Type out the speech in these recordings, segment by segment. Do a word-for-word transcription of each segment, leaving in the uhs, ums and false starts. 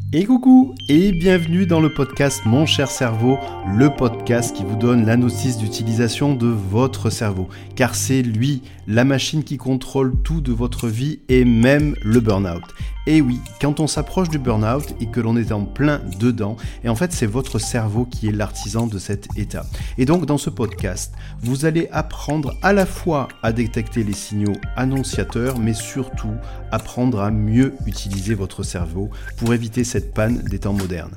Et coucou et bienvenue dans le podcast Mon cher cerveau, le podcast qui vous donne la notice d'utilisation de votre cerveau. Car c'est lui, la machine qui contrôle tout de votre vie et même le burn-out. Et oui, quand on s'approche du burn-out et que l'on est en plein dedans, et en fait c'est votre cerveau qui est l'artisan de cet état. Et donc dans ce podcast, vous allez apprendre à la fois à détecter les signaux annonciateurs, mais surtout apprendre à mieux utiliser votre cerveau pour éviter cette panne des temps modernes.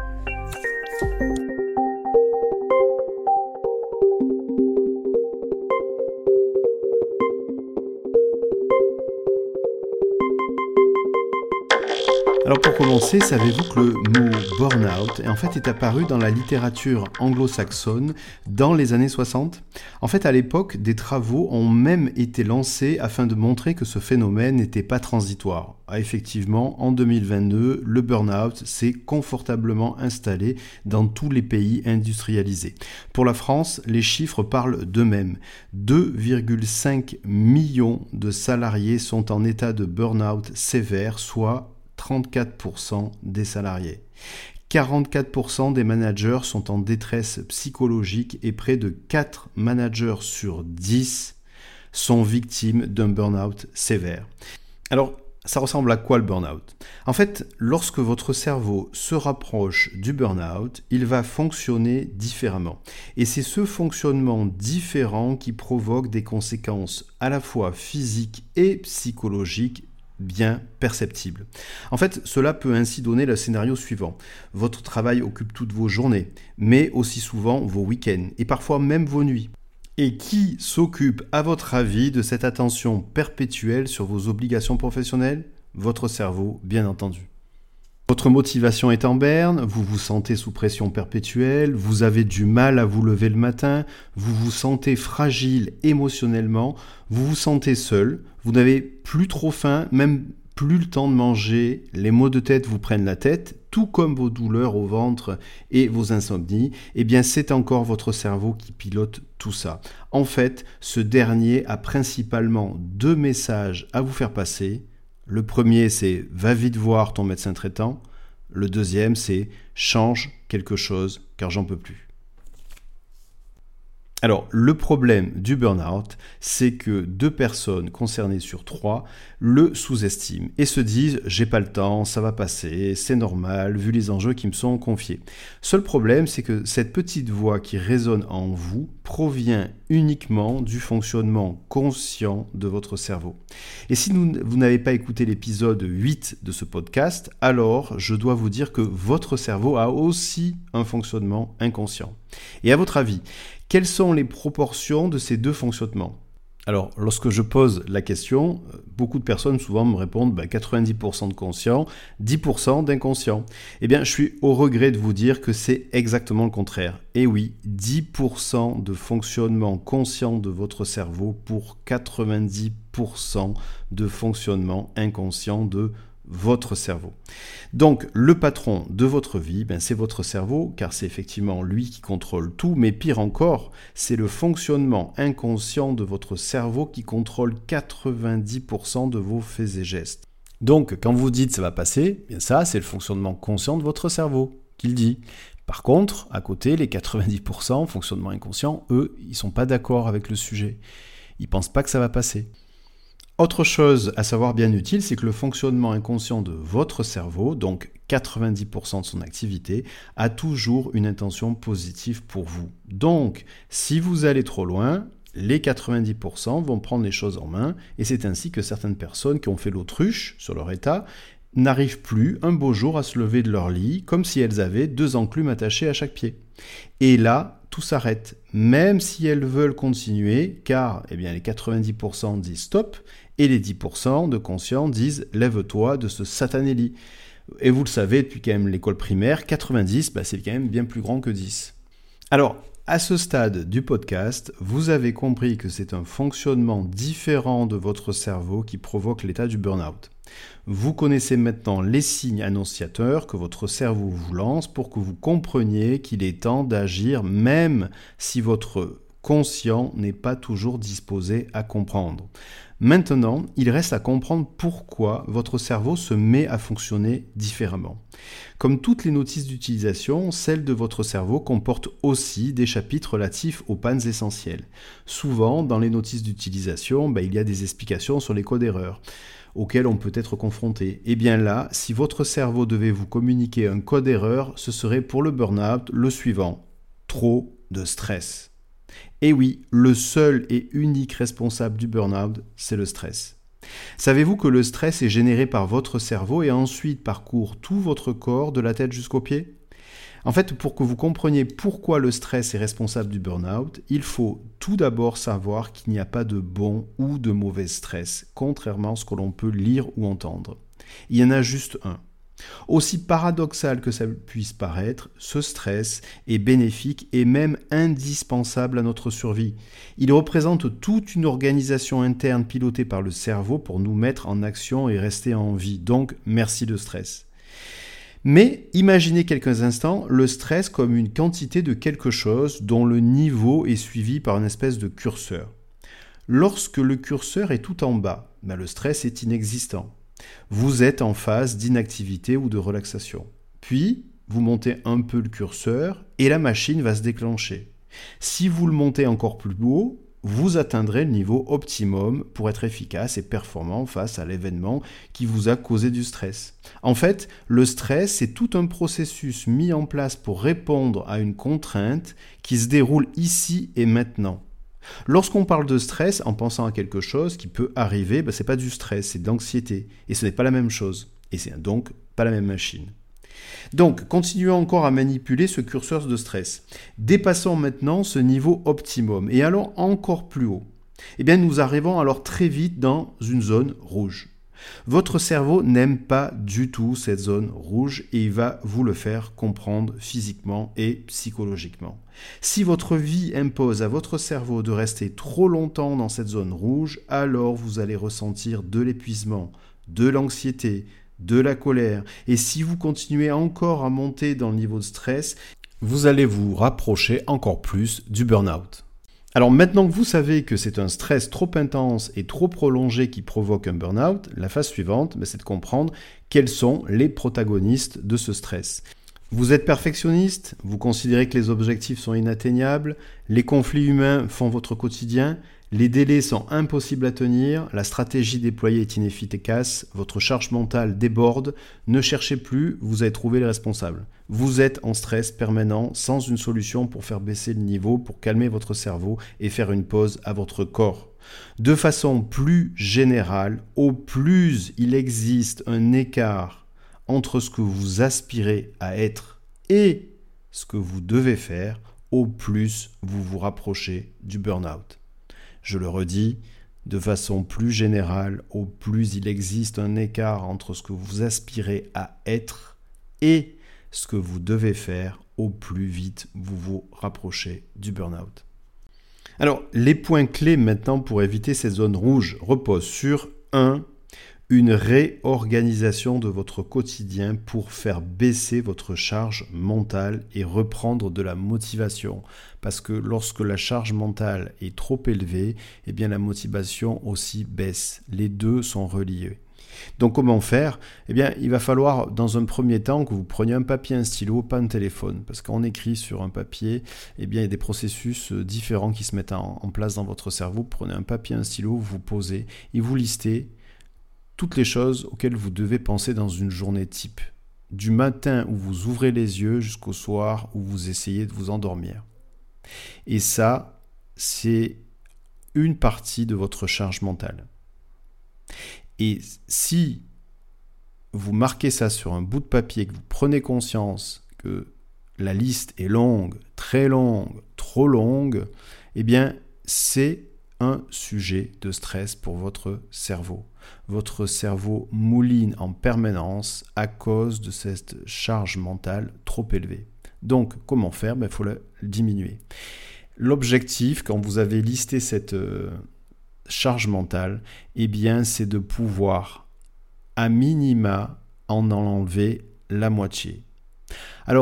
Alors pour commencer, savez-vous que le mot burn-out en fait est apparu dans la littérature anglo-saxonne dans les années soixante ? En fait, à l'époque, des travaux ont même été lancés afin de montrer que ce phénomène n'était pas transitoire. Ah, effectivement, en deux mille vingt-deux, le burn-out s'est confortablement installé dans tous les pays industrialisés. Pour la France, les chiffres parlent d'eux-mêmes. deux virgule cinq millions de salariés sont en état de burn-out sévère, soit trente-quatre pour cent des salariés. quarante-quatre pour cent des managers sont en détresse psychologique et près de quatre managers sur dix sont victimes d'un burn-out sévère. Alors, ça ressemble à quoi le burn-out ? En fait, lorsque votre cerveau se rapproche du burn-out, il va fonctionner différemment. Et c'est ce fonctionnement différent qui provoque des conséquences à la fois physiques et psychologiques bien perceptible. En fait, cela peut ainsi donner le scénario suivant. Votre travail occupe toutes vos journées, mais aussi souvent vos week-ends, et parfois même vos nuits. Et qui s'occupe, à votre avis, de cette attention perpétuelle sur vos obligations professionnelles ? Votre cerveau, bien entendu. Votre motivation est en berne, vous vous sentez sous pression perpétuelle, vous avez du mal à vous lever le matin, vous vous sentez fragile émotionnellement, vous vous sentez seul, vous n'avez plus trop faim, même plus le temps de manger, les maux de tête vous prennent la tête, tout comme vos douleurs au ventre et vos insomnies, eh bien c'est encore votre cerveau qui pilote tout ça. En fait, ce dernier a principalement deux messages à vous faire passer. Le premier, c'est « va vite voir ton médecin traitant ». Le deuxième, c'est « change quelque chose car j'en peux plus ». Alors, le problème du burn-out, c'est que deux personnes concernées sur trois le sous-estiment et se disent « j'ai pas le temps, ça va passer, c'est normal, vu les enjeux qui me sont confiés ». Seul problème, c'est que cette petite voix qui résonne en vous provient uniquement du fonctionnement conscient de votre cerveau. Et si nous, vous n'avez pas écouté l'épisode huit de ce podcast, alors je dois vous dire que votre cerveau a aussi un fonctionnement inconscient. Et à votre avis, quelles sont les proportions de ces deux fonctionnements ? Alors, lorsque je pose la question, beaucoup de personnes souvent me répondent bah, quatre-vingt-dix pour cent de conscient, dix pour cent d'inconscient. Eh bien, je suis au regret de vous dire que c'est exactement le contraire. Et oui, dix pour cent de fonctionnement conscient de votre cerveau pour quatre-vingt-dix pour cent de fonctionnement inconscient de votre cerveau. Donc, le patron de votre vie, ben, c'est votre cerveau, car c'est effectivement lui qui contrôle tout, mais pire encore, c'est le fonctionnement inconscient de votre cerveau qui contrôle quatre-vingt-dix pour cent de vos faits et gestes. Donc, quand vous dites « ça va passer », bien ça, c'est le fonctionnement conscient de votre cerveau qui le dit. Par contre, à côté, les quatre-vingt-dix pour cent fonctionnement inconscient, eux, ils ne sont pas d'accord avec le sujet. Ils ne pensent pas que ça va passer. Autre chose à savoir bien utile, c'est que le fonctionnement inconscient de votre cerveau, donc quatre-vingt-dix pour cent de son activité, a toujours une intention positive pour vous. Donc, si vous allez trop loin, les quatre-vingt-dix pour cent vont prendre les choses en main, et c'est ainsi que certaines personnes qui ont fait l'autruche sur leur état n'arrivent plus un beau jour à se lever de leur lit, comme si elles avaient deux enclumes attachées à chaque pied. Et là, tout s'arrête, même si elles veulent continuer, car eh bien, les quatre-vingt-dix pour cent disent stop, et les dix pour cent de conscients disent « lève-toi de ce satané lit ». Et vous le savez, depuis quand même l'école primaire, quatre-vingt-dix, bah, c'est quand même bien plus grand que dix. Alors, à ce stade du podcast, vous avez compris que c'est un fonctionnement différent de votre cerveau qui provoque l'état du burn-out. Vous connaissez maintenant les signes annonciateurs que votre cerveau vous lance pour que vous compreniez qu'il est temps d'agir même si votre conscient n'est pas toujours disposé à comprendre. Maintenant, il reste à comprendre pourquoi votre cerveau se met à fonctionner différemment. Comme toutes les notices d'utilisation, celle de votre cerveau comporte aussi des chapitres relatifs aux pannes essentielles. Souvent, dans les notices d'utilisation, ben, il y a des explications sur les codes erreurs auxquels on peut être confronté. Et bien là, si votre cerveau devait vous communiquer un code erreur, ce serait pour le burn-out le suivant: trop de stress. Et oui, le seul et unique responsable du burn-out, c'est le stress. Savez-vous que le stress est généré par votre cerveau et ensuite parcourt tout votre corps, de la tête jusqu'aux pieds ? En fait, pour que vous compreniez pourquoi le stress est responsable du burn-out, il faut tout d'abord savoir qu'il n'y a pas de bon ou de mauvais stress, contrairement à ce que l'on peut lire ou entendre. Il y en a juste un. Aussi paradoxal que ça puisse paraître, ce stress est bénéfique et même indispensable à notre survie. Il représente toute une organisation interne pilotée par le cerveau pour nous mettre en action et rester en vie. Donc, merci de stress. Mais imaginez quelques instants le stress comme une quantité de quelque chose dont le niveau est suivi par une espèce de curseur. Lorsque le curseur est tout en bas, ben le stress est inexistant. Vous êtes en phase d'inactivité ou de relaxation. Puis, vous montez un peu le curseur et la machine va se déclencher. Si vous le montez encore plus haut, vous atteindrez le niveau optimum pour être efficace et performant face à l'événement qui vous a causé du stress. En fait, le stress, c'est tout un processus mis en place pour répondre à une contrainte qui se déroule ici et maintenant. Lorsqu'on parle de stress en pensant à quelque chose qui peut arriver, ben, ce n'est pas du stress, c'est de l'anxiété. Et ce n'est pas la même chose. Et c'est donc pas la même machine. Donc, continuons encore à manipuler ce curseur de stress. Dépassons maintenant ce niveau optimum et allons encore plus haut. Eh bien, nous arrivons alors très vite dans une zone rouge. Votre cerveau n'aime pas du tout cette zone rouge et il va vous le faire comprendre physiquement et psychologiquement. Si votre vie impose à votre cerveau de rester trop longtemps dans cette zone rouge, alors vous allez ressentir de l'épuisement, de l'anxiété, de la colère. Et si vous continuez encore à monter dans le niveau de stress, vous allez vous rapprocher encore plus du burn-out. Alors maintenant que vous savez que c'est un stress trop intense et trop prolongé qui provoque un burn-out, la phase suivante, ben, c'est de comprendre quels sont les protagonistes de ce stress. Vous êtes perfectionniste, vous considérez que les objectifs sont inatteignables, les conflits humains font votre quotidien, les délais sont impossibles à tenir, la stratégie déployée est inefficace, votre charge mentale déborde, ne cherchez plus, vous avez trouvé les responsables. Vous êtes en stress permanent, sans une solution pour faire baisser le niveau, pour calmer votre cerveau et faire une pause à votre corps. De façon plus générale, au plus il existe un écart entre ce que vous aspirez à être et ce que vous devez faire, au plus vous vous rapprochez du burn-out. Je le redis, de façon plus générale, au plus il existe un écart entre ce que vous aspirez à être et ce que vous devez faire, au plus vite vous vous rapprochez du burn-out. Alors, les points clés maintenant pour éviter ces zones rouges reposent sur un Une réorganisation de votre quotidien pour faire baisser votre charge mentale et reprendre de la motivation. Parce que lorsque la charge mentale est trop élevée, eh bien la motivation aussi baisse. Les deux sont reliés. Donc comment faire ? Eh bien, il va falloir dans un premier temps que vous preniez un papier, un stylo, pas un téléphone. Parce qu'on écrit sur un papier, eh bien, il y a des processus différents qui se mettent en, en place dans votre cerveau. Vous prenez un papier, un stylo, vous vous posez et vous listez toutes les choses auxquelles vous devez penser dans une journée type, du matin où vous ouvrez les yeux jusqu'au soir où vous essayez de vous endormir. Et ça, c'est une partie de votre charge mentale. Et si vous marquez ça sur un bout de papier, que vous prenez conscience que la liste est longue, très longue, trop longue, eh bien, c'est un sujet de stress pour votre cerveau. Votre cerveau mouline en permanence à cause de cette charge mentale trop élevée. Donc, comment faire ? Ben, il faut la diminuer. L'objectif, quand vous avez listé cette euh, charge mentale, eh bien, c'est de pouvoir, à minima, en enlever la moitié. Alors,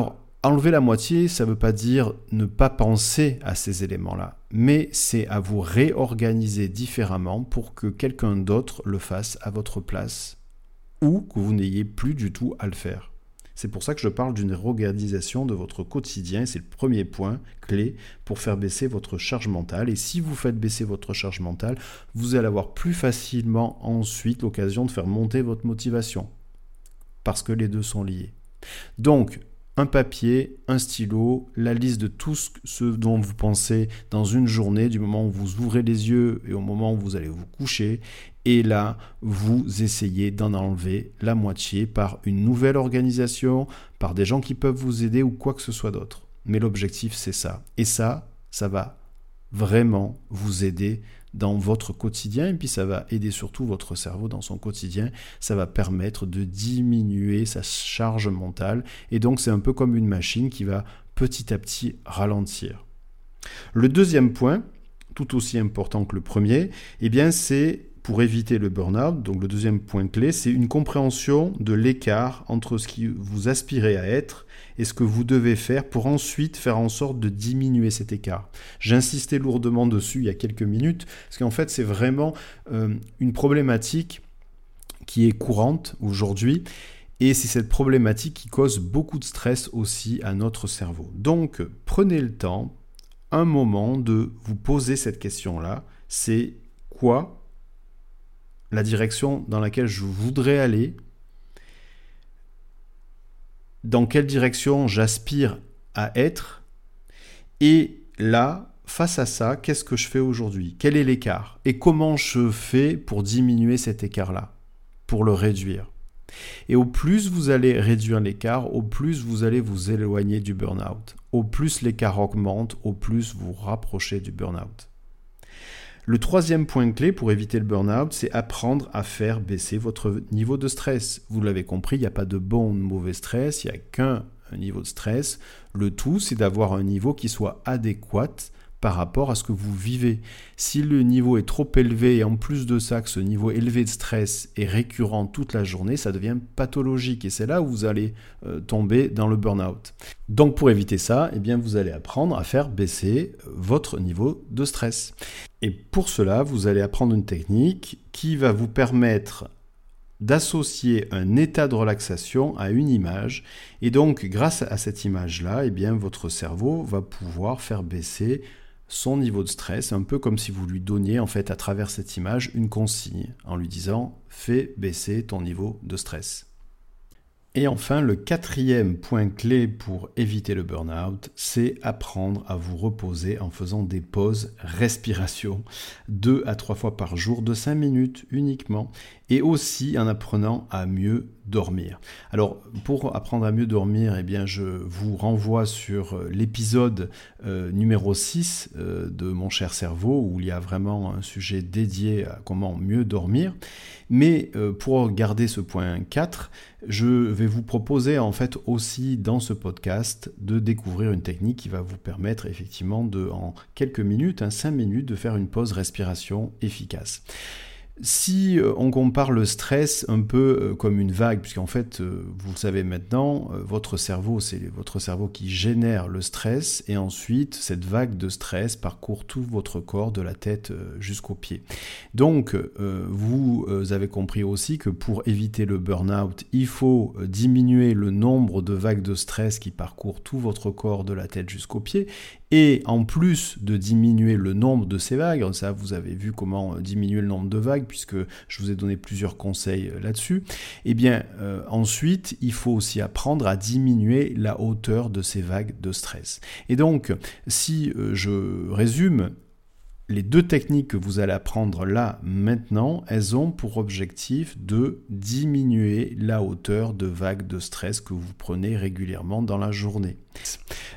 enlever la moitié, ça ne veut pas dire ne pas penser à ces éléments-là, mais c'est à vous réorganiser différemment pour que quelqu'un d'autre le fasse à votre place ou que vous n'ayez plus du tout à le faire. C'est pour ça que je parle d'une réorganisation de votre quotidien. C'est le premier point clé pour faire baisser votre charge mentale. Et si vous faites baisser votre charge mentale, vous allez avoir plus facilement ensuite l'occasion de faire monter votre motivation. Parce que les deux sont liés. Donc, un papier, un stylo, la liste de tout ce dont vous pensez dans une journée, du moment où vous ouvrez les yeux et au moment où vous allez vous coucher. Et là, vous essayez d'en enlever la moitié par une nouvelle organisation, par des gens qui peuvent vous aider ou quoi que ce soit d'autre. Mais l'objectif, c'est ça. Et ça, ça va vraiment vous aider dans votre quotidien et puis ça va aider surtout votre cerveau dans son quotidien. Ça va permettre de diminuer sa charge mentale et donc c'est un peu comme une machine qui va petit à petit ralentir. Le deuxième point, tout aussi important que le premier, eh bien c'est pour éviter le burn-out. Donc le deuxième point clé, c'est une compréhension de l'écart entre ce que vous aspirez à être et ce que vous devez faire pour ensuite faire en sorte de diminuer cet écart. J'insistais lourdement dessus il y a quelques minutes, parce qu'en fait c'est vraiment euh, une problématique qui est courante aujourd'hui, et c'est cette problématique qui cause beaucoup de stress aussi à notre cerveau. Donc prenez le temps, un moment, de vous poser cette question-là, c'est quoi la direction dans laquelle je voudrais aller, dans quelle direction j'aspire à être, et là, face à ça, qu'est-ce que je fais aujourd'hui ? Quel est l'écart ? Et comment je fais pour diminuer cet écart-là, pour le réduire ? Et au plus vous allez réduire l'écart, au plus vous allez vous éloigner du burn-out. Au plus l'écart augmente, au plus vous rapprochez du burn-out. Le troisième point clé pour éviter le burn-out, c'est apprendre à faire baisser votre niveau de stress. Vous l'avez compris, il n'y a pas de bon ou de mauvais stress, il n'y a qu'un niveau de stress. Le tout, c'est d'avoir un niveau qui soit adéquat par rapport à ce que vous vivez. Si le niveau est trop élevé et en plus de ça, que ce niveau élevé de stress est récurrent toute la journée, ça devient pathologique et c'est là où vous allez euh, tomber dans le burn-out. Donc pour éviter ça, eh bien, vous allez apprendre à faire baisser votre niveau de stress. Et pour cela, vous allez apprendre une technique qui va vous permettre d'associer un état de relaxation à une image. Et donc, grâce à cette image-là, eh bien, votre cerveau va pouvoir faire baisser son niveau de stress, un peu comme si vous lui donniez, en fait, à travers cette image, une consigne, en lui disant « fais baisser ton niveau de stress ». Et enfin, le quatrième point clé pour éviter le burn-out, c'est apprendre à vous reposer en faisant des pauses respiration, deux à trois fois par jour, de cinq minutes uniquement, et aussi en apprenant à mieux dormir. Alors, pour apprendre à mieux dormir, eh bien, je vous renvoie sur l'épisode euh, numéro six euh, de Mon cher cerveau, où il y a vraiment un sujet dédié à comment mieux dormir. Mais euh, pour garder ce point quatre, je vais vous proposer en fait aussi dans ce podcast de découvrir une technique qui va vous permettre effectivement de, en quelques minutes, hein, cinq minutes, de faire une pause respiration efficace. Si on compare le stress un peu comme une vague, puisqu'en fait, vous le savez maintenant, votre cerveau, c'est votre cerveau qui génère le stress, et ensuite, cette vague de stress parcourt tout votre corps, de la tête jusqu'aux pieds. Donc, vous avez compris aussi que pour éviter le burn-out, il faut diminuer le nombre de vagues de stress qui parcourent tout votre corps, de la tête jusqu'aux pieds, et en plus de diminuer le nombre de ces vagues, ça vous avez vu comment diminuer le nombre de vagues, puisque je vous ai donné plusieurs conseils là-dessus, et bien euh, ensuite, il faut aussi apprendre à diminuer la hauteur de ces vagues de stress. Et donc, si euh, je résume, les deux techniques que vous allez apprendre là, maintenant, elles ont pour objectif de diminuer la hauteur de vagues de stress que vous prenez régulièrement dans la journée.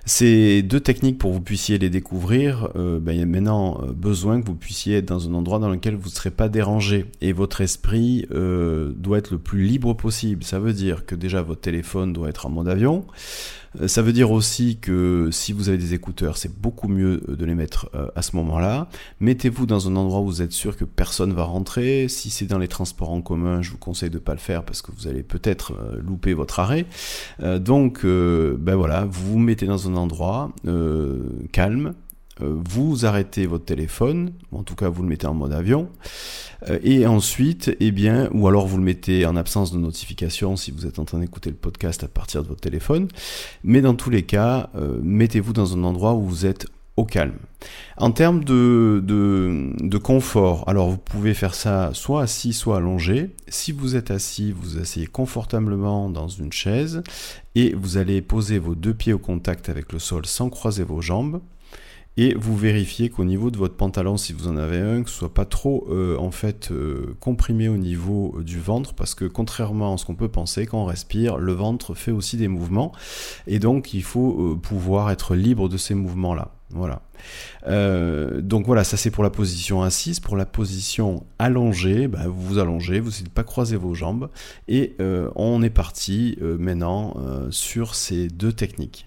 Ces deux techniques, pour que vous puissiez les découvrir, euh, ben, il y a maintenant euh, besoin que vous puissiez être dans un endroit dans lequel vous ne serez pas dérangé. Et votre esprit euh, doit être le plus libre possible. Ça veut dire que déjà votre téléphone doit être en mode avion. Euh, ça veut dire aussi que si vous avez des écouteurs, c'est beaucoup mieux de les mettre euh, à ce moment-là. Mettez-vous dans un endroit où vous êtes sûr que personne va rentrer. Si c'est dans les transports en commun, je vous conseille de ne pas le faire parce que vous allez peut-être euh, louper votre arrêt. Euh, donc, euh, ben voilà, vous vous mettez dans un endroit euh, calme, euh, vous arrêtez votre téléphone, en tout cas vous le mettez en mode avion, euh, et ensuite, eh bien, ou alors vous le mettez en absence de notification si vous êtes en train d'écouter le podcast à partir de votre téléphone, mais dans tous les cas, euh, mettez-vous dans un endroit où vous êtes au calme. En termes de, de, de confort, alors vous pouvez faire ça soit assis, soit allongé. Si vous êtes assis, vous vous asseyez confortablement dans une chaise et vous allez poser vos deux pieds au contact avec le sol sans croiser vos jambes. Et vous vérifiez qu'au niveau de votre pantalon, si vous en avez un, que ce soit pas trop euh, en fait euh, comprimé au niveau euh, du ventre, parce que contrairement à ce qu'on peut penser, quand on respire, le ventre fait aussi des mouvements, et donc il faut euh, pouvoir être libre de ces mouvements-là. Voilà. Euh, donc voilà, ça c'est pour la position assise. Pour la position allongée, bah, vous vous allongez, vous n'essayez de pas croiser vos jambes, et euh, on est parti euh, maintenant euh, sur ces deux techniques.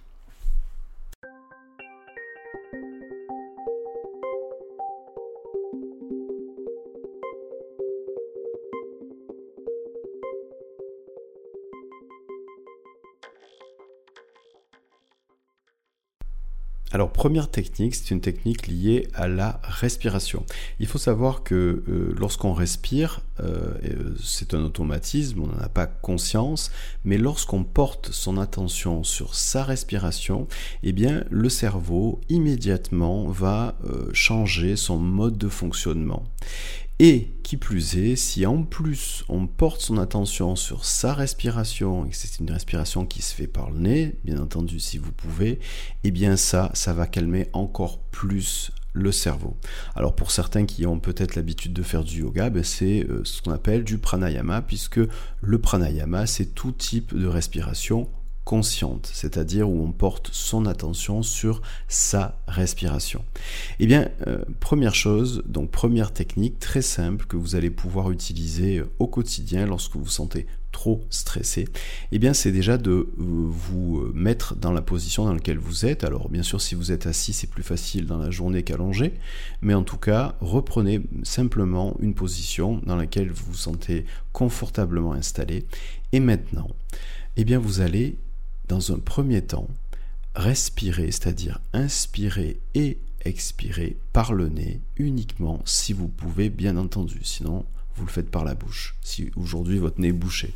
Alors, première technique, c'est une technique liée à la respiration. Il faut savoir que euh, lorsqu'on respire, euh, c'est un automatisme, on n'en a pas conscience, mais lorsqu'on porte son attention sur sa respiration, eh bien, le cerveau, immédiatement, va euh, changer son mode de fonctionnement. Et qui plus est, si en plus on porte son attention sur sa respiration, et que c'est une respiration qui se fait par le nez, bien entendu si vous pouvez, eh bien ça, ça va calmer encore plus le cerveau. Alors pour certains qui ont peut-être l'habitude de faire du yoga, ben c'est ce qu'on appelle du pranayama, puisque le pranayama, c'est tout type de respiration consciente, c'est-à-dire où on porte son attention sur sa respiration. Eh bien, euh, première chose, donc première technique très simple que vous allez pouvoir utiliser au quotidien lorsque vous vous sentez trop stressé, eh bien c'est déjà de euh, vous mettre dans la position dans laquelle vous êtes. Alors bien sûr, si vous êtes assis, c'est plus facile dans la journée qu'allongé, mais en tout cas, reprenez simplement une position dans laquelle vous vous sentez confortablement installé. Et maintenant, eh bien vous allez dans un premier temps, respirer, c'est-à-dire inspirer et expirer par le nez uniquement si vous pouvez, bien entendu. Sinon, vous le faites par la bouche, si aujourd'hui votre nez est bouché.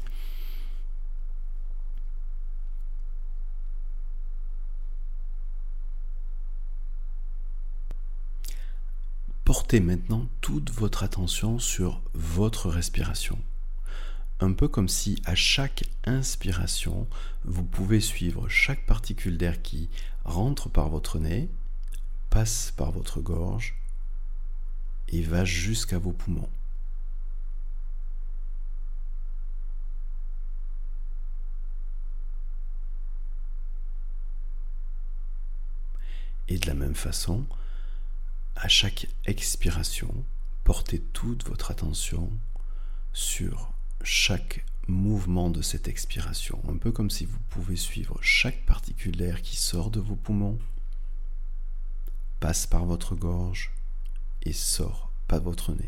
Portez maintenant toute votre attention sur votre respiration. Un peu comme si à chaque inspiration, vous pouvez suivre chaque particule d'air qui rentre par votre nez, passe par votre gorge et va jusqu'à vos poumons. Et de la même façon, à chaque expiration, portez toute votre attention sur chaque mouvement de cette expiration, un peu comme si vous pouvez suivre chaque particule d'air qui sort de vos poumons, passe par votre gorge et sort par votre nez.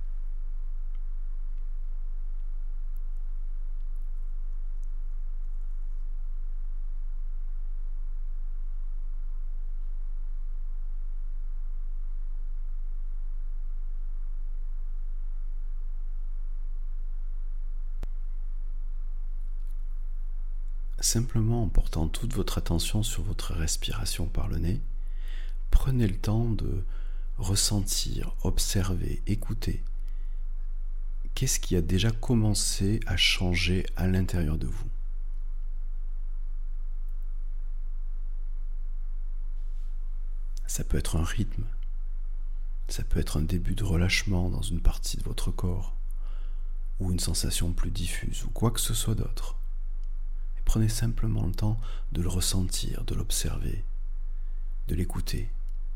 Simplement en portant toute votre attention sur votre respiration par le nez, prenez le temps de ressentir, observer, écouter. Qu'est-ce qui a déjà commencé à changer à l'intérieur de vous ? Ça peut être un rythme, ça peut être un début de relâchement dans une partie de votre corps, ou une sensation plus diffuse, ou quoi que ce soit d'autre. Prenez simplement le temps de le ressentir, de l'observer. de l'écouter.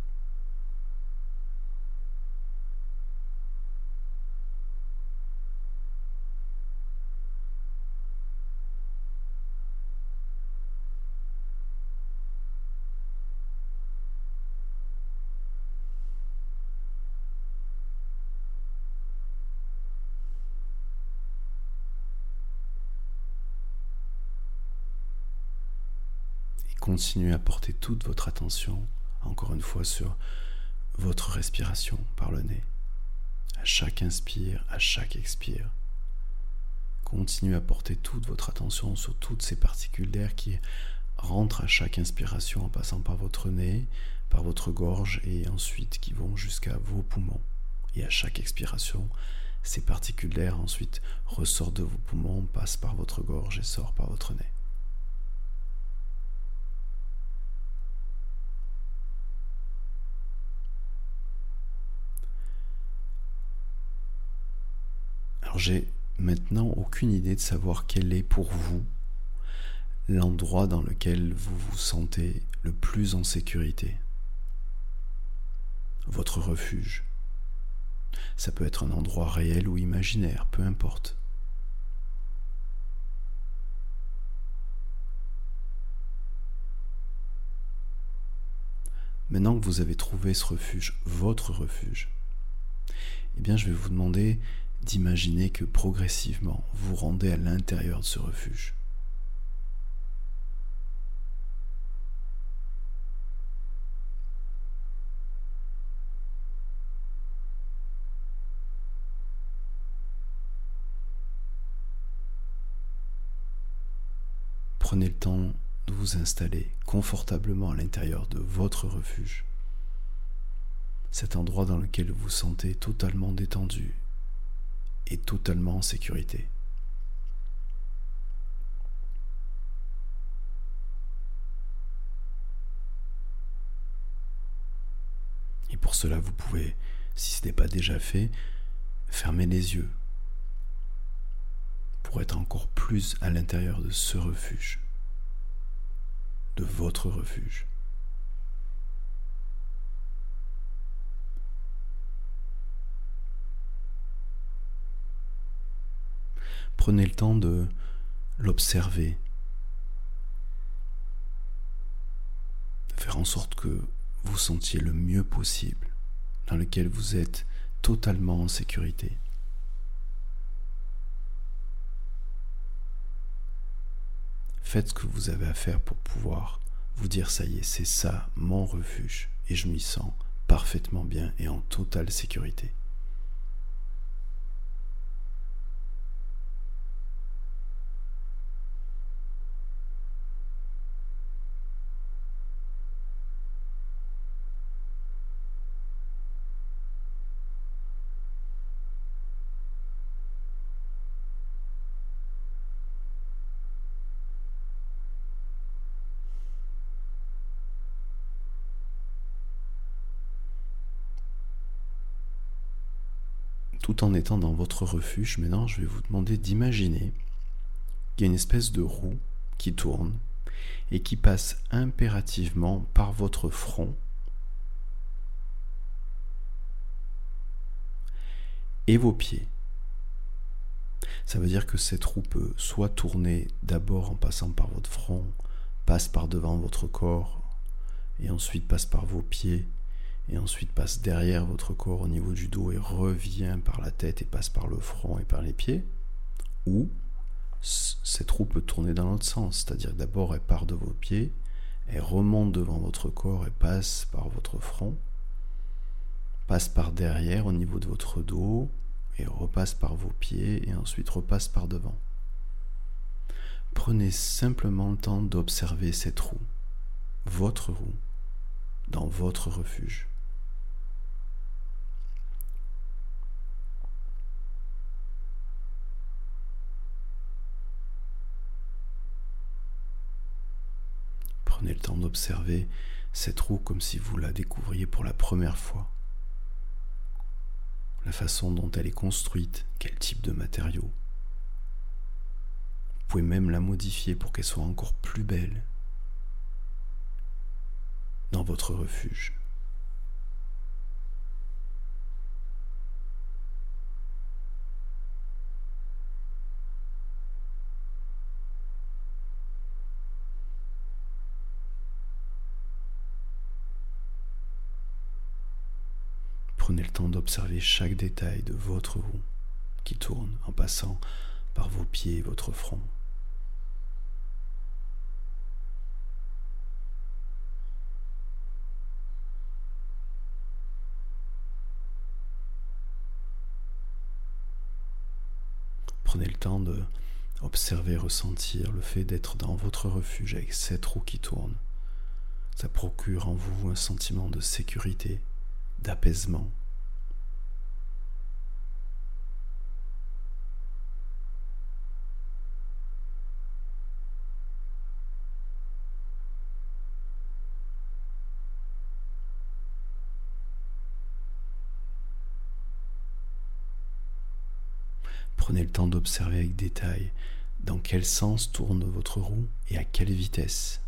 Continuez à porter toute votre attention, encore une fois, sur votre respiration par le nez. À chaque inspire, à chaque expire. Continuez à porter toute votre attention sur toutes ces particules d'air qui rentrent à chaque inspiration en passant par votre nez, par votre gorge et ensuite qui vont jusqu'à vos poumons. Et à chaque expiration, ces particules d'air ensuite ressortent de vos poumons, passent par votre gorge et sortent par votre nez. Alors j'ai maintenant aucune idée de savoir quel est pour vous l'endroit dans lequel vous vous sentez le plus en sécurité. Votre refuge. Ça peut être un endroit réel ou imaginaire, peu importe. Maintenant que vous avez trouvé ce refuge, votre refuge, eh bien je vais vous demander d'imaginer que progressivement, vous rendez à l'intérieur de ce refuge. Prenez le temps de vous installer confortablement à l'intérieur de votre refuge. Cet endroit dans lequel vous vous sentez totalement détendu et totalement en sécurité. Et pour cela, vous pouvez, si ce n'est pas déjà fait, fermer les yeux pour être encore plus à l'intérieur de ce refuge, de votre refuge. Prenez le temps de l'observer, de faire en sorte que vous sentiez le mieux possible, dans lequel vous êtes totalement en sécurité. Faites ce que vous avez à faire pour pouvoir vous dire ça y est, c'est ça mon refuge et je m'y sens parfaitement bien et en totale sécurité. Tout en étant dans votre refuge, maintenant je vais vous demander d'imaginer qu'il y a une espèce de roue qui tourne et qui passe impérativement par votre front et vos pieds. Ça veut dire que cette roue peut soit tourner d'abord en passant par votre front, passe par devant votre corps et ensuite passe par vos pieds et ensuite passe derrière votre corps au niveau du dos et revient par la tête et passe par le front et par les pieds, ou cette roue peut tourner dans l'autre sens, c'est-à-dire que d'abord elle part de vos pieds, elle remonte devant votre corps et passe par votre front, passe par derrière au niveau de votre dos et repasse par vos pieds et ensuite repasse par devant. Prenez simplement le temps d'observer cette roue, votre roue, dans votre refuge. Prenez le temps d'observer cette roue comme si vous la découvriez pour la première fois. La façon dont elle est construite, quel type de matériaux. Vous pouvez même la modifier pour qu'elle soit encore plus belle. dans votre refuge. Prenez le temps d'observer chaque détail de votre roue qui tourne en passant par vos pieds et votre front. Prenez le temps de observer, ressentir le fait d'être dans votre refuge avec cette roue qui tourne. Ça procure en vous un sentiment de sécurité, d'apaisement. Prenez le temps d'observer avec détail dans quel sens tourne votre roue et à quelle vitesse.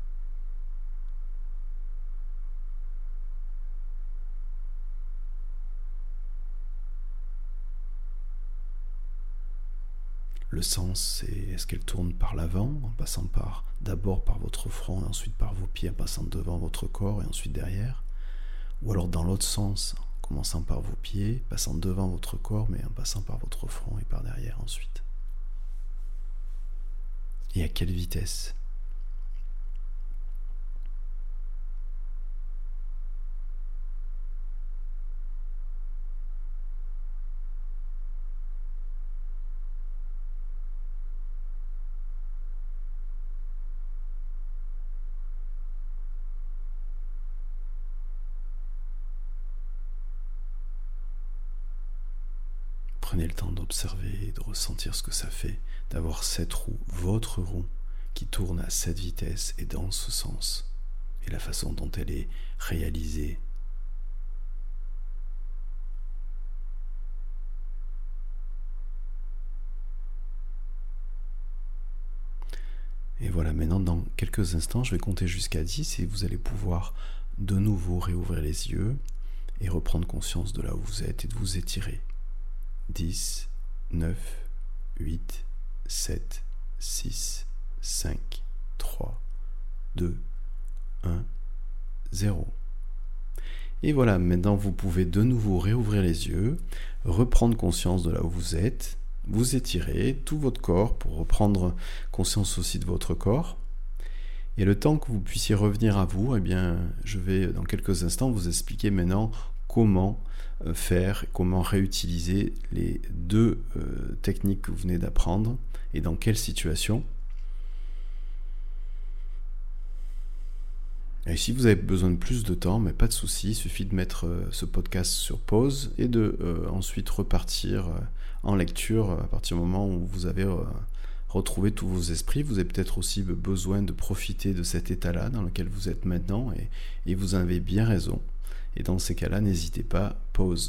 Le sens, c'est est-ce qu'elle tourne par l'avant, en passant par d'abord par votre front, et ensuite par vos pieds, en passant devant votre corps et ensuite derrière, ou alors dans l'autre sens, en commençant par vos pieds, passant devant votre corps, mais en passant par votre front et par derrière ensuite. Et à quelle vitesse ? Prenez le temps d'observer et de ressentir ce que ça fait d'avoir cette roue, votre roue, qui tourne à cette vitesse et dans ce sens, et la façon dont elle est réalisée. Et voilà, maintenant dans quelques instants, je vais compter jusqu'à dix et vous allez pouvoir de nouveau réouvrir les yeux et reprendre conscience de là où vous êtes et de vous étirer. dix, neuf, huit, sept, six, cinq, trois, deux, un, zéro. Et voilà, maintenant vous pouvez de nouveau réouvrir les yeux, reprendre conscience de là où vous êtes, vous étirer tout votre corps pour reprendre conscience aussi de votre corps. Et le temps que vous puissiez revenir à vous, eh bien, je vais dans quelques instants vous expliquer maintenant comment faire, comment réutiliser les deux euh, techniques que vous venez d'apprendre et dans quelle situation. Et si vous avez besoin de plus de temps, mais pas de souci, il suffit de mettre euh, ce podcast sur pause et de euh, ensuite repartir euh, en lecture à partir du moment où vous avez euh, retrouvé tous vos esprits. Vous avez peut-être aussi besoin de profiter de cet état-là dans lequel vous êtes maintenant et, et vous avez bien raison. Et dans ces cas-là, n'hésitez pas, pause.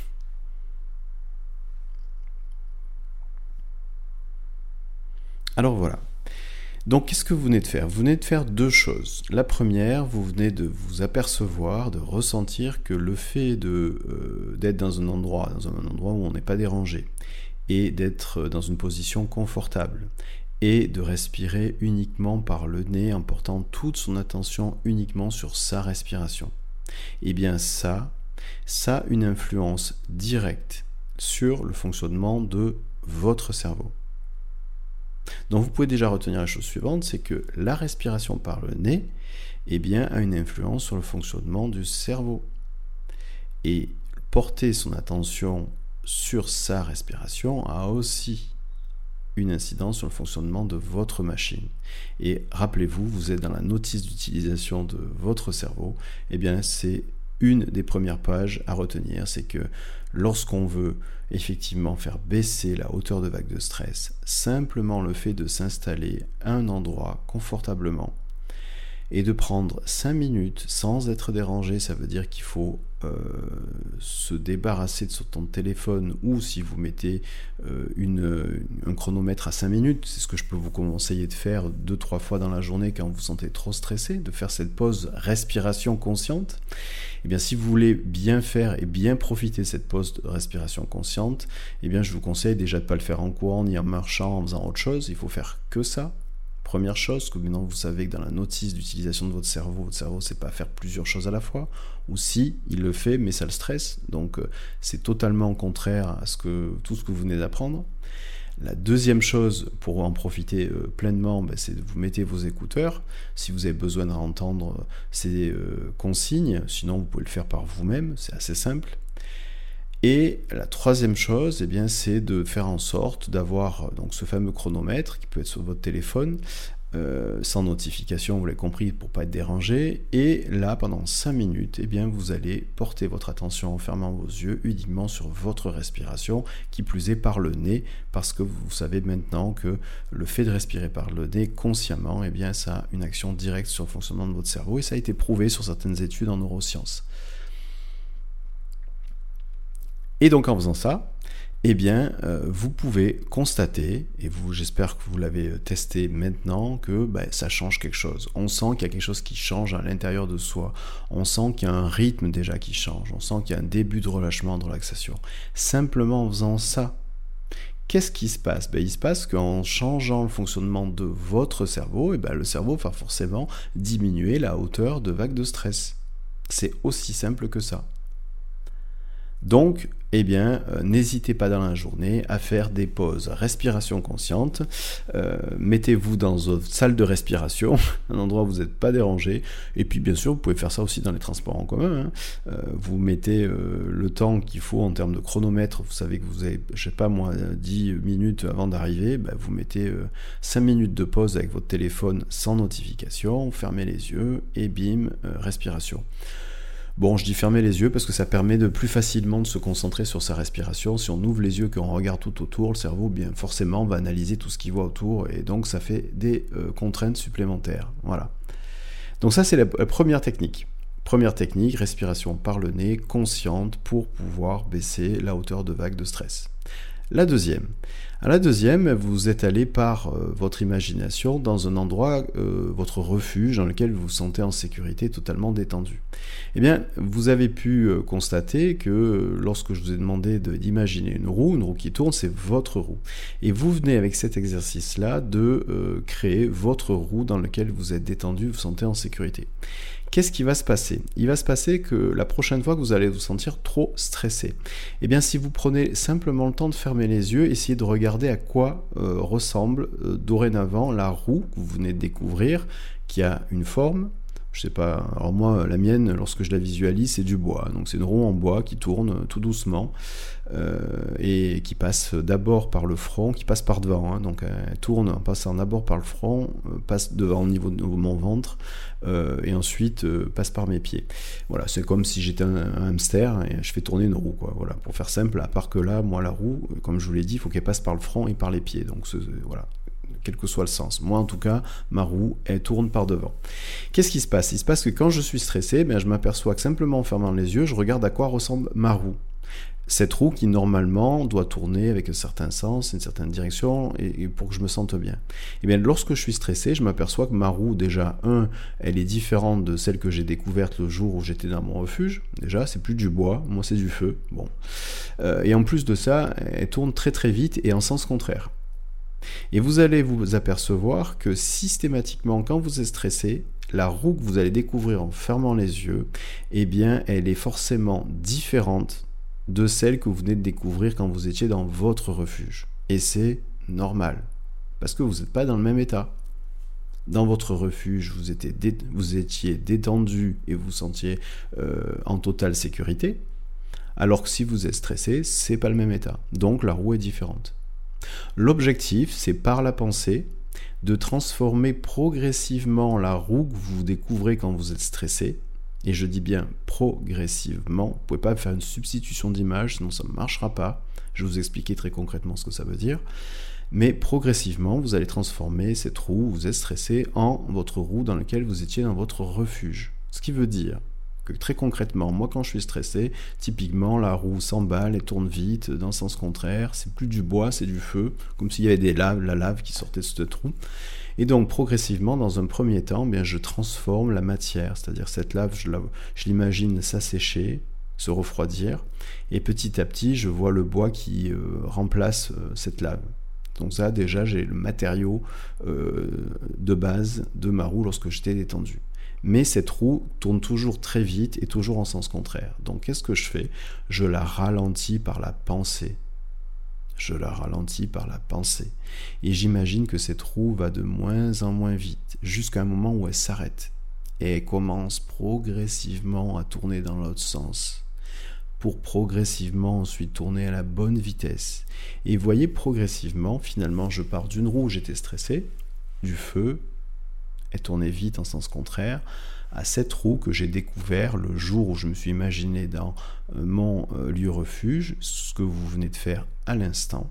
Alors voilà. Donc qu'est-ce que vous venez de faire ? Vous venez de faire deux choses. La première, vous venez de vous apercevoir, de ressentir que le fait de, euh, d'être dans un endroit, dans un endroit où on n'est pas dérangé, et d'être dans une position confortable, et de respirer uniquement par le nez en portant toute son attention uniquement sur sa respiration. Eh bien ça, ça a une influence directe sur le fonctionnement de votre cerveau. Donc vous pouvez déjà retenir la chose suivante, c'est que la respiration par le nez, eh bien, a une influence sur le fonctionnement du cerveau. Et porter son attention sur sa respiration a aussi une incidence sur le fonctionnement de votre machine. Et rappelez-vous, vous êtes dans la notice d'utilisation de votre cerveau, eh bien c'est une des premières pages à retenir, c'est que lorsqu'on veut effectivement faire baisser la hauteur de vague de stress, simplement le fait de s'installer à un endroit confortablement et de prendre cinq minutes sans être dérangé. Ça veut dire qu'il faut euh, se débarrasser de son téléphone, ou si vous mettez euh, une, un chronomètre à cinq minutes, c'est ce que je peux vous conseiller de faire deux trois fois dans la journée quand vous vous sentez trop stressé, de faire cette pause respiration consciente. Eh bien, si vous voulez bien faire et bien profiter de cette pause de respiration consciente, eh bien, je vous conseille déjà de ne pas le faire en courant ni en marchant, en faisant autre chose. Il faut faire que ça. Première chose, que maintenant vous savez que dans la notice d'utilisation de votre cerveau, votre cerveau ne sait pas faire plusieurs choses à la fois, ou si, il le fait, mais ça le stresse. Donc, euh, c'est totalement contraire à ce que, tout ce que vous venez d'apprendre. La deuxième chose, pour en profiter euh, pleinement, ben, c'est de vous mettez vos écouteurs, si vous avez besoin d'entendre euh, ces euh, consignes, sinon vous pouvez le faire par vous-même, c'est assez simple. Et la troisième chose, eh bien, c'est de faire en sorte d'avoir donc, ce fameux chronomètre qui peut être sur votre téléphone, euh, sans notification, vous l'avez compris, pour ne pas être dérangé. Et là, pendant cinq minutes, eh bien, vous allez porter votre attention en fermant vos yeux uniquement sur votre respiration, qui plus est par le nez, parce que vous savez maintenant que le fait de respirer par le nez consciemment, eh bien, ça a une action directe sur le fonctionnement de votre cerveau, et ça a été prouvé sur certaines études en neurosciences. Et donc en faisant ça, eh bien, euh, vous pouvez constater, et vous, j'espère que vous l'avez testé maintenant, que ben, ça change quelque chose. On sent qu'il y a quelque chose qui change à l'intérieur de soi. On sent qu'il y a un rythme déjà qui change. On sent qu'il y a un début de relâchement, de relaxation. Simplement en faisant ça, qu'est-ce qui se passe? Ben, il se passe qu'en changeant le fonctionnement de votre cerveau, eh ben, le cerveau va forcément diminuer la hauteur de vagues de stress. C'est aussi simple que ça. Donc, eh bien, euh, n'hésitez pas dans la journée à faire des pauses respiration consciente. Euh, mettez-vous dans votre salle de respiration, un endroit où vous n'êtes pas dérangé. Et puis, bien sûr, vous pouvez faire ça aussi dans les transports en commun. Hein. Euh, vous mettez euh, le temps qu'il faut en termes de chronomètre. Vous savez que vous avez, je sais pas moi, dix minutes avant d'arriver. Ben, vous mettez euh, cinq minutes de pause avec votre téléphone sans notification. Vous fermez les yeux et bim, euh, respiration. Bon, je dis fermer les yeux parce que ça permet de plus facilement de se concentrer sur sa respiration. Si on ouvre les yeux et qu'on regarde tout autour, le cerveau, bien forcément, va analyser tout ce qu'il voit autour, et donc ça fait des euh, contraintes supplémentaires. Voilà. Donc ça, c'est la, la première technique. Première technique, respiration par le nez, consciente, pour pouvoir baisser la hauteur de vague de stress. La deuxième. À la deuxième, vous êtes allé par euh, votre imagination dans un endroit, euh, votre refuge, dans lequel vous vous sentez en sécurité, totalement détendu. Eh bien, vous avez pu euh, constater que euh, lorsque je vous ai demandé de, d'imaginer une roue, une roue qui tourne, c'est votre roue. Et vous venez avec cet exercice-là de euh, créer votre roue dans laquelle vous êtes détendu, vous vous sentez en sécurité. Qu'est-ce qui va se passer? Il va se passer que la prochaine fois que vous allez vous sentir trop stressé, eh bien si vous prenez simplement le temps de fermer les yeux, essayez de regarder à quoi euh, ressemble euh, dorénavant la roue que vous venez de découvrir, qui a une forme. Je sais pas, alors moi, la mienne, lorsque je la visualise, c'est du bois. Donc c'est une roue en bois qui tourne tout doucement euh, et qui passe d'abord par le front, qui passe par devant. Hein. Donc elle tourne en passant d'abord par le front, euh, passe devant au niveau de mon ventre euh, et ensuite euh, passe par mes pieds. Voilà, c'est comme si j'étais un, un hamster et je fais tourner une roue, quoi. Voilà, pour faire simple, à part que là, moi, la roue, comme je vous l'ai dit, il faut qu'elle passe par le front et par les pieds. Donc c'est, voilà. Quel que soit le sens. Moi, en tout cas, ma roue, elle tourne par devant. Qu'est-ce qui se passe? Il se passe que quand je suis stressé, ben, je m'aperçois que simplement en fermant les yeux, je regarde à quoi ressemble ma roue. Cette roue qui, normalement, doit tourner avec un certain sens, une certaine direction, et, et pour que je me sente bien. Et bien, lorsque je suis stressé, je m'aperçois que ma roue, déjà, un, elle est différente de celle que j'ai découverte le jour où j'étais dans mon refuge. Déjà, c'est plus du bois, moi, c'est du feu. Bon. Euh, et en plus de ça, elle tourne très très vite et en sens contraire. Et vous allez vous apercevoir que systématiquement, quand vous êtes stressé, la roue que vous allez découvrir en fermant les yeux, eh bien, elle est forcément différente de celle que vous venez de découvrir quand vous étiez dans votre refuge. Et c'est normal, parce que vous n'êtes pas dans le même état. Dans votre refuge, vous étiez, dé- vous étiez détendu et vous vous sentiez euh, en totale sécurité, alors que si vous êtes stressé, c'est pas le même état. Donc la roue est différente. L'objectif, c'est par la pensée de transformer progressivement la roue que vous découvrez quand vous êtes stressé, et je dis bien progressivement, vous ne pouvez pas faire une substitution d'image, sinon ça ne marchera pas, je vais vous expliquer très concrètement ce que ça veut dire, Mais progressivement, vous allez transformer cette roue où vous êtes stressé en votre roue dans laquelle vous étiez dans votre refuge. Ce qui veut dire que très concrètement, moi quand je suis stressé, typiquement la roue s'emballe et tourne vite dans le sens contraire, c'est plus du bois, c'est du feu, comme s'il y avait des laves, la lave qui sortait de ce trou. Et donc progressivement, dans un premier temps, bien, je transforme la matière, c'est-à-dire cette lave, je, la, je l'imagine s'assécher, se refroidir, et petit à petit, je vois le bois qui euh, remplace euh, cette lave. Donc ça, déjà, j'ai le matériau euh, de base de ma roue lorsque j'étais détendu. Mais cette roue tourne toujours très vite et toujours en sens contraire. Donc qu'est-ce que je fais ? Je la ralentis par la pensée. Je la ralentis par la pensée. Et j'imagine que cette roue va de moins en moins vite, jusqu'à un moment où elle s'arrête. Et elle commence progressivement à tourner dans l'autre sens, pour progressivement ensuite tourner à la bonne vitesse. Et vous voyez, progressivement, finalement, je pars d'une roue où j'étais stressé, du feu, elle tournait vite en sens contraire, à cette roue que j'ai découvert le jour où je me suis imaginé dans mon lieu refuge, ce que vous venez de faire à l'instant.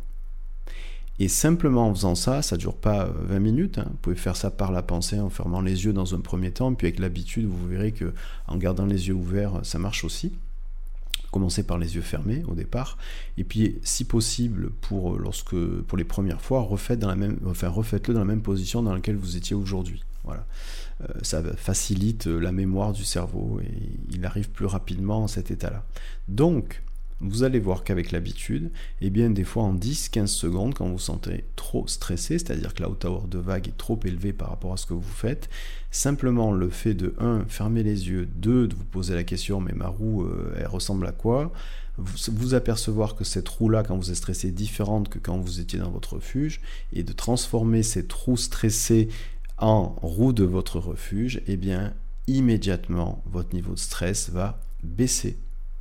Et simplement en faisant ça, ça ne dure pas vingt minutes, hein. Vous pouvez faire ça par la pensée en fermant les yeux dans un premier temps, puis avec l'habitude, vous verrez qu'en gardant les yeux ouverts, ça marche aussi. Commencez par les yeux fermés au départ, et puis si possible, pour, lorsque, pour les premières fois, refaites dans la même, enfin, refaites-le dans la même position dans laquelle vous étiez aujourd'hui. Voilà. Euh, ça facilite la mémoire du cerveau et il arrive plus rapidement à cet état-là. Donc, vous allez voir qu'avec l'habitude, eh bien, des fois en dix à quinze secondes, quand vous vous sentez trop stressé, c'est-à-dire que la hauteur de vague est trop élevée par rapport à ce que vous faites, simplement le fait de un, fermer les yeux, deux, de vous poser la question, mais ma roue, euh, elle ressemble à quoi ? Vous, vous apercevoir que cette roue-là, quand vous êtes stressé, est différente que quand vous étiez dans votre refuge, et de transformer cette roue stressée en roue de votre refuge, eh bien, immédiatement, votre niveau de stress va baisser.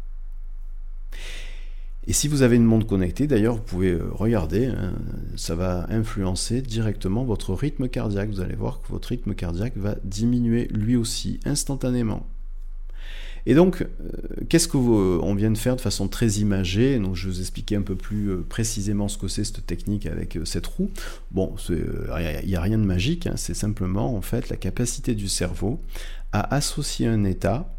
Et si vous avez une montre connectée, d'ailleurs, vous pouvez regarder, hein, ça va influencer directement votre rythme cardiaque. Vous allez voir que votre rythme cardiaque va diminuer lui aussi, instantanément. Et donc, euh, qu'est-ce que vous, euh, on vient de faire de façon très imagée ? Donc, je vais vous expliquer un peu plus euh, précisément ce que c'est cette technique avec euh, cette roue. Bon, il euh, n'y a rien de magique, hein, c'est simplement en fait la capacité du cerveau à associer un état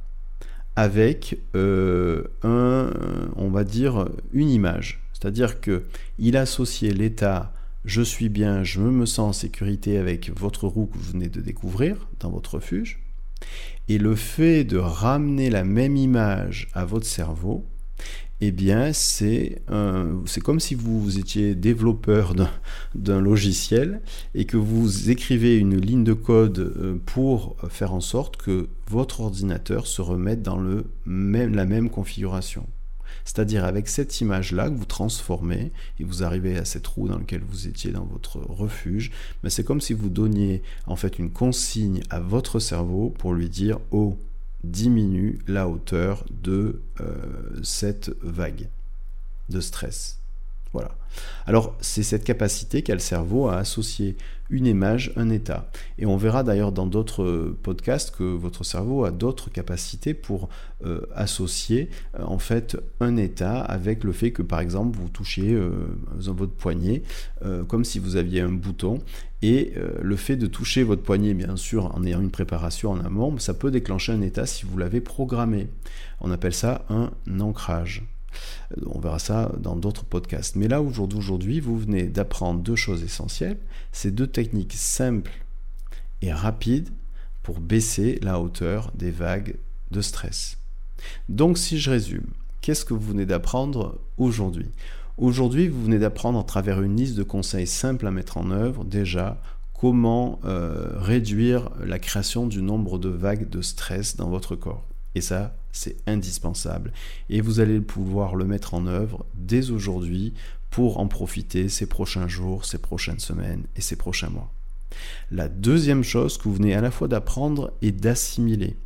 avec euh, un, on va dire, une image. C'est-à-dire qu'il a associé l'état « je suis bien, je me sens en sécurité » avec votre roue que vous venez de découvrir dans votre refuge. Et le fait de ramener la même image à votre cerveau, eh bien, c'est, un, c'est comme si vous étiez développeur d'un, d'un logiciel et que vous écrivez une ligne de code pour faire en sorte que votre ordinateur se remette dans le même, la même configuration. C'est-à-dire avec cette image-là que vous transformez et vous arrivez à cette roue dans laquelle vous étiez dans votre refuge, mais c'est comme si vous donniez en fait une consigne à votre cerveau pour lui dire « Oh, diminue la hauteur de euh, cette vague de stress ». Voilà. Alors, c'est cette capacité qu'a le cerveau à associer une image, un état. Et on verra d'ailleurs dans d'autres podcasts que votre cerveau a d'autres capacités pour euh, associer euh, en fait un état avec le fait que, par exemple, vous touchiez euh, votre poignet euh, comme si vous aviez un bouton. Et euh, le fait de toucher votre poignet, bien sûr, en ayant une préparation en amont, ça peut déclencher un état si vous l'avez programmé. On appelle ça un ancrage. On verra ça dans d'autres podcasts. Mais là, aujourd'hui, vous venez d'apprendre deux choses essentielles. C'est deux techniques simples et rapides pour baisser la hauteur des vagues de stress. Donc, si je résume, qu'est-ce que vous venez d'apprendre aujourd'hui ? Aujourd'hui, vous venez d'apprendre à travers une liste de conseils simples à mettre en œuvre, déjà, comment euh, réduire la création du nombre de vagues de stress dans votre corps. Et ça, c'est indispensable. Et vous allez pouvoir le mettre en œuvre dès aujourd'hui pour en profiter ces prochains jours, ces prochaines semaines et ces prochains mois. La deuxième chose que vous venez à la fois d'apprendre et d'assimiler.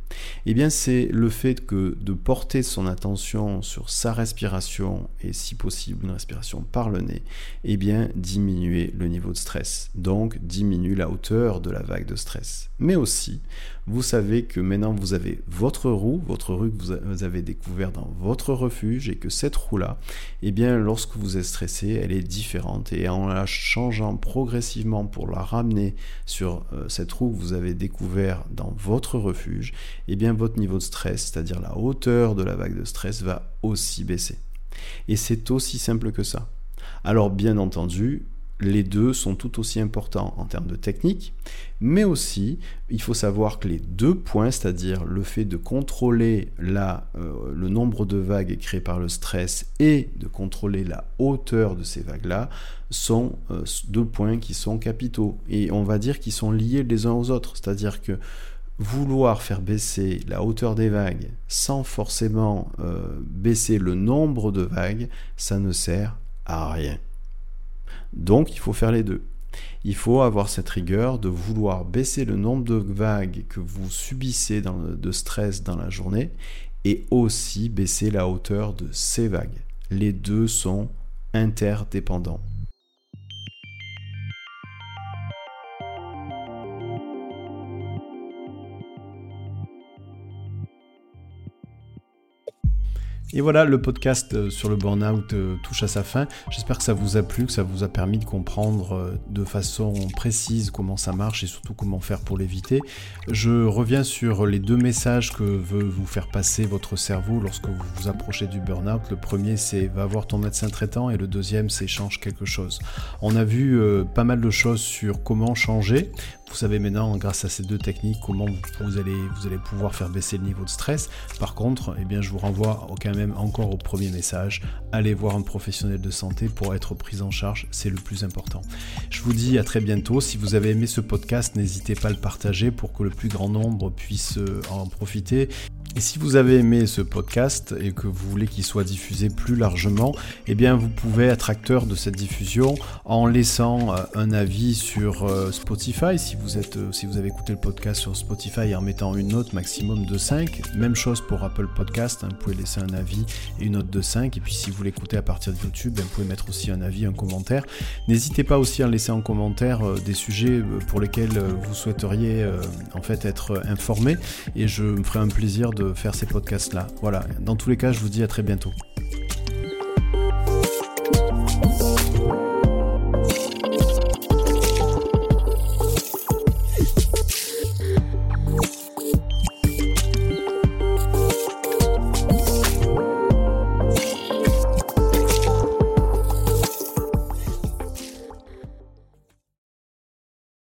Eh bien, c'est le fait que de porter son attention sur sa respiration et si possible une respiration par le nez, eh bien, diminuer le niveau de stress. Donc, diminue la hauteur de la vague de stress. Mais aussi, vous savez que maintenant vous avez votre roue, votre roue que vous avez découvert dans votre refuge et que cette roue-là, eh bien, lorsque vous êtes stressé, elle est différente et en la changeant progressivement pour la ramener sur euh, cette roue que vous avez découvert dans votre refuge, eh bien, votre niveau de stress, c'est-à-dire la hauteur de la vague de stress, va aussi baisser. Et c'est aussi simple que ça. Alors, bien entendu, les deux sont tout aussi importants en termes de technique, mais aussi, il faut savoir que les deux points, c'est-à-dire le fait de contrôler la, euh, le nombre de vagues créées par le stress et de contrôler la hauteur de ces vagues-là, sont euh, deux points qui sont capitaux. Et on va dire qu'ils sont liés les uns aux autres, c'est-à-dire que vouloir faire baisser la hauteur des vagues sans forcément euh, baisser le nombre de vagues, ça ne sert à rien. Donc, il faut faire les deux. Il faut avoir cette rigueur de vouloir baisser le nombre de vagues que vous subissez dans le, de stress dans la journée et aussi baisser la hauteur de ces vagues. Les deux sont interdépendants. Et voilà, le podcast sur le burn-out touche à sa fin. J'espère que ça vous a plu, que ça vous a permis de comprendre de façon précise comment ça marche et surtout comment faire pour l'éviter. Je reviens sur les deux messages que veut vous faire passer votre cerveau lorsque vous vous approchez du burn-out. Le premier, c'est « va voir ton médecin traitant » et le deuxième, c'est « change quelque chose ». On a vu euh, pas mal de choses sur comment changer. Vous savez maintenant, grâce à ces deux techniques, comment vous, vous, allez, vous allez pouvoir faire baisser le niveau de stress. Par contre, eh bien, je vous renvoie quand même encore au premier message. Allez voir un professionnel de santé pour être pris en charge, c'est le plus important. Je vous dis à très bientôt. Si vous avez aimé ce podcast, n'hésitez pas à le partager pour que le plus grand nombre puisse en profiter. Et si vous avez aimé ce podcast et que vous voulez qu'il soit diffusé plus largement, eh bien vous pouvez être acteur de cette diffusion en laissant un avis sur Spotify. Si vous êtes, si vous avez écouté le podcast sur Spotify et en mettant une note maximum de cinq. Même chose pour Apple Podcast, hein, vous pouvez laisser un avis et une note de cinq. Et puis si vous l'écoutez à partir de YouTube, ben, vous pouvez mettre aussi un avis, un commentaire. N'hésitez pas aussi à laisser en commentaire euh, des sujets pour lesquels euh, vous souhaiteriez euh, en fait être informé. Et je me ferai un plaisir de faire ces podcasts-là. Voilà, dans tous les cas, je vous dis à très bientôt.